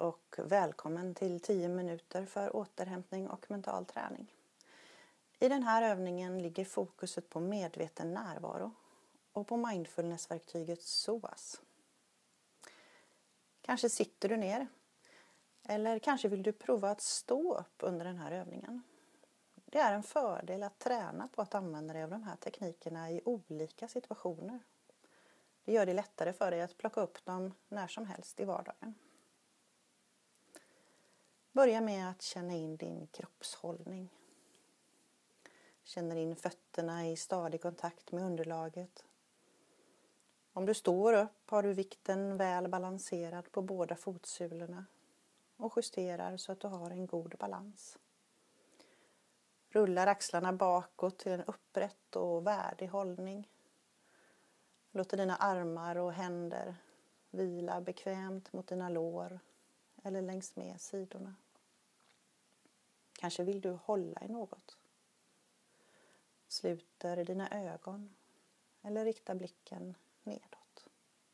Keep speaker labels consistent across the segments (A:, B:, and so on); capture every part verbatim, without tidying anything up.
A: och välkommen till tio minuter för återhämtning och mental träning. I den här övningen ligger fokuset på medveten närvaro och på mindfulnessverktyget S O A S. Kanske sitter du ner eller kanske vill du prova att stå upp under den här övningen. Det är en fördel att träna på att använda dig av de här teknikerna i olika situationer. Det gör det lättare för dig att plocka upp dem när som helst i vardagen. Börja med att känna in din kroppshållning. Känner in fötterna i stadig kontakt med underlaget. Om du står upp har du vikten väl balanserad på båda fotsulorna och justerar så att du har en god balans. Rullar axlarna bakåt till en upprätt och värdig hållning. Låter dina armar och händer vila bekvämt mot dina lår eller längs med sidorna. Kanske vill du hålla i något. Sluter dina ögon eller riktar blicken nedåt.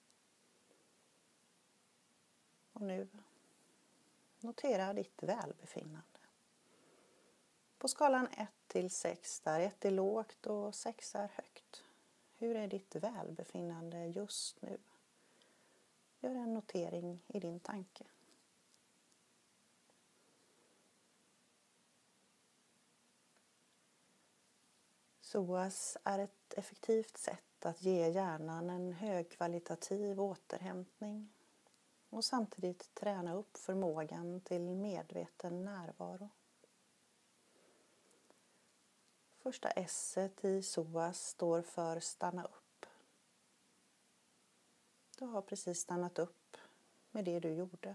A: Och nu notera ditt välbefinnande. På skalan ett till sex, där ett är lågt och sex är högt. Hur är ditt välbefinnande just nu? Gör en notering i din tanke. S O A S är ett effektivt sätt att ge hjärnan en högkvalitativ återhämtning och samtidigt träna upp förmågan till medveten närvaro. Första S-et i S O A S står för stanna upp. Du har precis stannat upp med det du gjorde.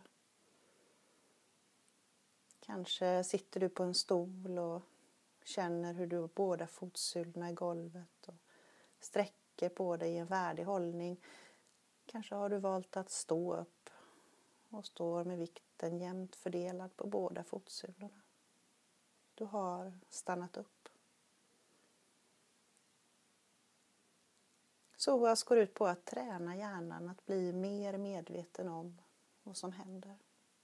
A: Kanske sitter du på en stol och känner hur du har båda fotsulorna i golvet och sträcker på dig i en värdig hållning. Kanske har du valt att stå upp och står med vikten jämnt fördelad på båda fotsulorna. Du har stannat upp. S O A S går ut på att träna hjärnan att bli mer medveten om vad som händer.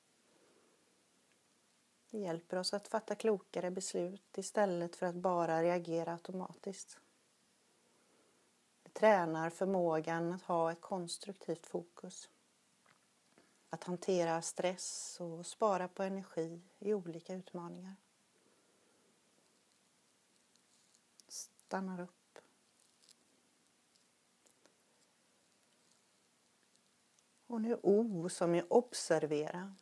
A: Det hjälper oss att fatta klokare beslut istället för att bara reagera automatiskt. Det tränar förmågan att ha ett konstruktivt fokus. Att hantera stress och spara på energi i olika utmaningar. Stannar upp. Och nu O som är observera.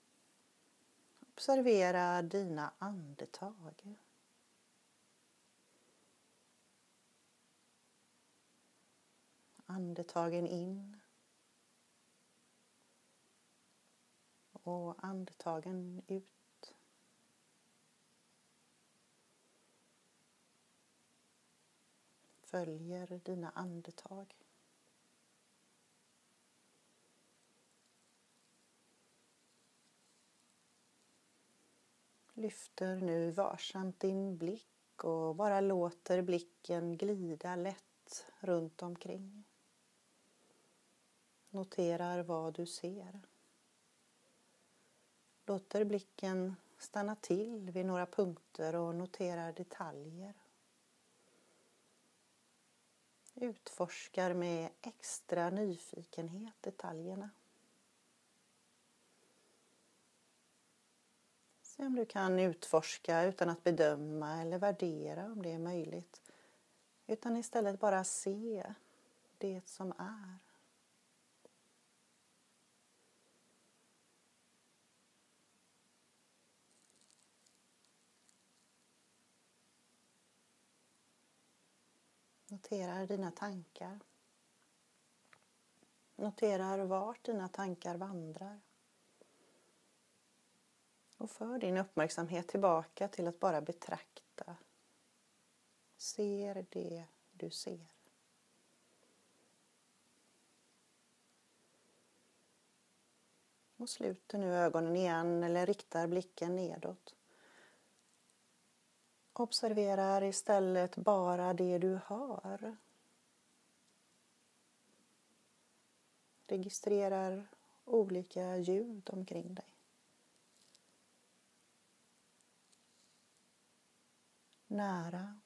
A: Observera dina andetag. Andetagen in. Och andetagen ut. Följer dina andetag. Lyfter nu varsamt din blick och bara låter blicken glida lätt runt omkring. Noterar vad du ser. Låter blicken stanna till vid några punkter och noterar detaljer. Utforskar med extra nyfikenhet detaljerna. Se om du kan utforska utan att bedöma eller värdera om det är möjligt. Utan istället bara se det som är. Noterar dina tankar. Noterar vart dina tankar vandrar. Och för din uppmärksamhet tillbaka till att bara betrakta. Ser det du ser. Och sluter nu ögonen igen eller riktar blicken nedåt. Observerar istället bara det du hör. Registrerar olika ljud omkring dig. nära,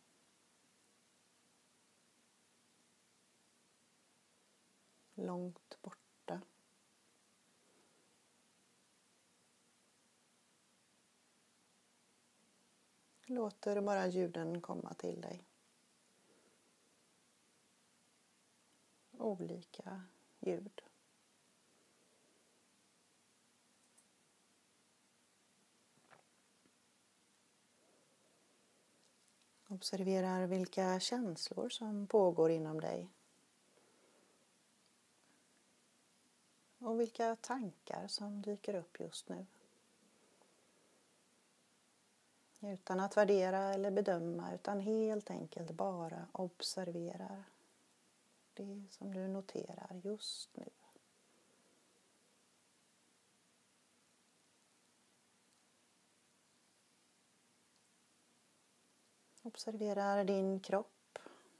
A: långt borta. Låter bara ljuden komma till dig. Olika ljud. Observerar vilka känslor som pågår inom dig. Och vilka tankar som dyker upp just nu. Utan att värdera eller bedöma, utan helt enkelt bara observerar det som du noterar just nu. Observerar din kropp.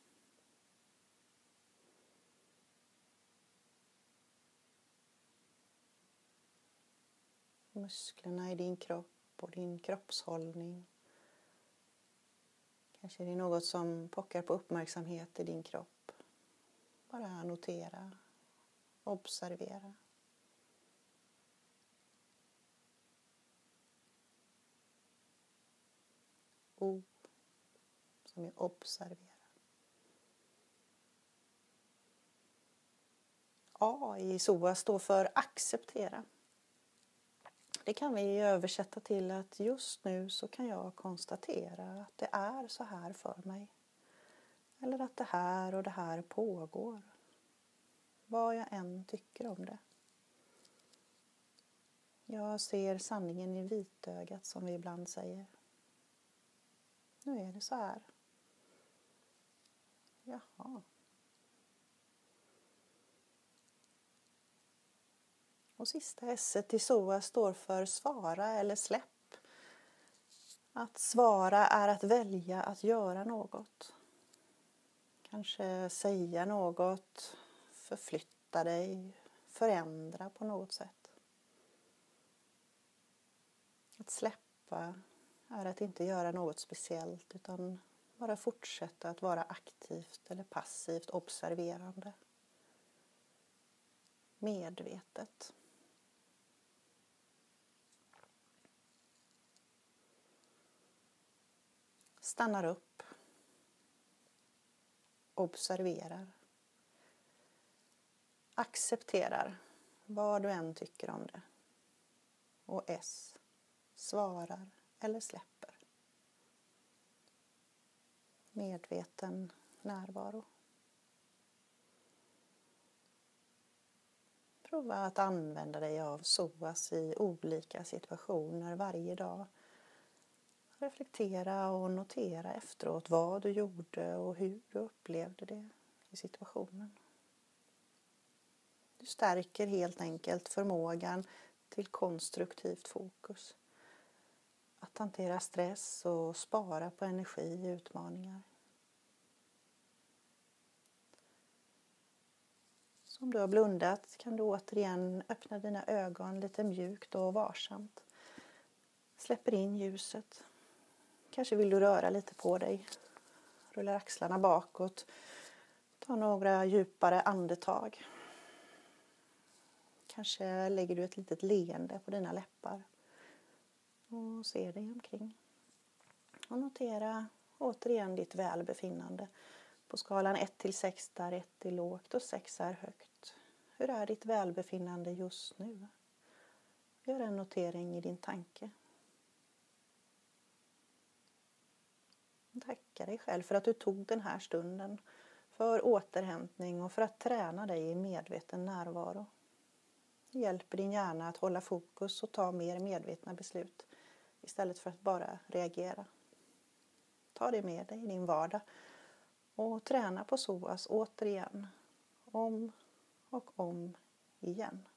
A: Musklerna i din kropp och din kroppshållning. Kanske är det något som pockar på uppmärksamhet i din kropp. Bara notera, observera. O som är observera. A i S O A står för acceptera. Det kan vi översätta till att just nu så kan jag konstatera att det är så här för mig. Eller att det här och det här pågår. Vad jag än tycker om det. Jag ser sanningen i vitögat som vi ibland säger. Nu är det så här. Jaha. Och sista S i S O A står för svara eller släpp. Att svara är att välja att göra något. Kanske säga något, förflytta dig, förändra på något sätt. Att släppa är att inte göra något speciellt utan bara fortsätta att vara aktivt eller passivt observerande. Medvetet. Stannar upp. Observerar. Accepterar vad du än tycker om det. Och S. Svarar eller släpper. Medveten närvaro. Prova att använda dig av S O A S i olika situationer varje dag. Reflektera och notera efteråt vad du gjorde och hur du upplevde det i situationen. Du stärker helt enkelt förmågan till konstruktivt fokus. Att hantera stress och spara på energi i utmaningar. Så om du har blundat kan du återigen öppna dina ögon lite mjukt och varsamt. Släpper in ljuset. Kanske vill du röra lite på dig. Rullar axlarna bakåt. Ta några djupare andetag. Kanske lägger du ett litet leende på dina läppar. Och ser dig omkring. Och notera återigen ditt välbefinnande. På skalan ett till sex där ett är lågt och sex är högt. Hur är ditt välbefinnande just nu? Gör en notering i din tanke. Tacka dig själv för att du tog den här stunden. För återhämtning och för att träna dig i medveten närvaro. Det hjälper din hjärna att hålla fokus och ta mer medvetna beslut. Istället för att bara reagera. Ta det med dig i din vardag. Och träna på S O A S återigen. Om och om igen.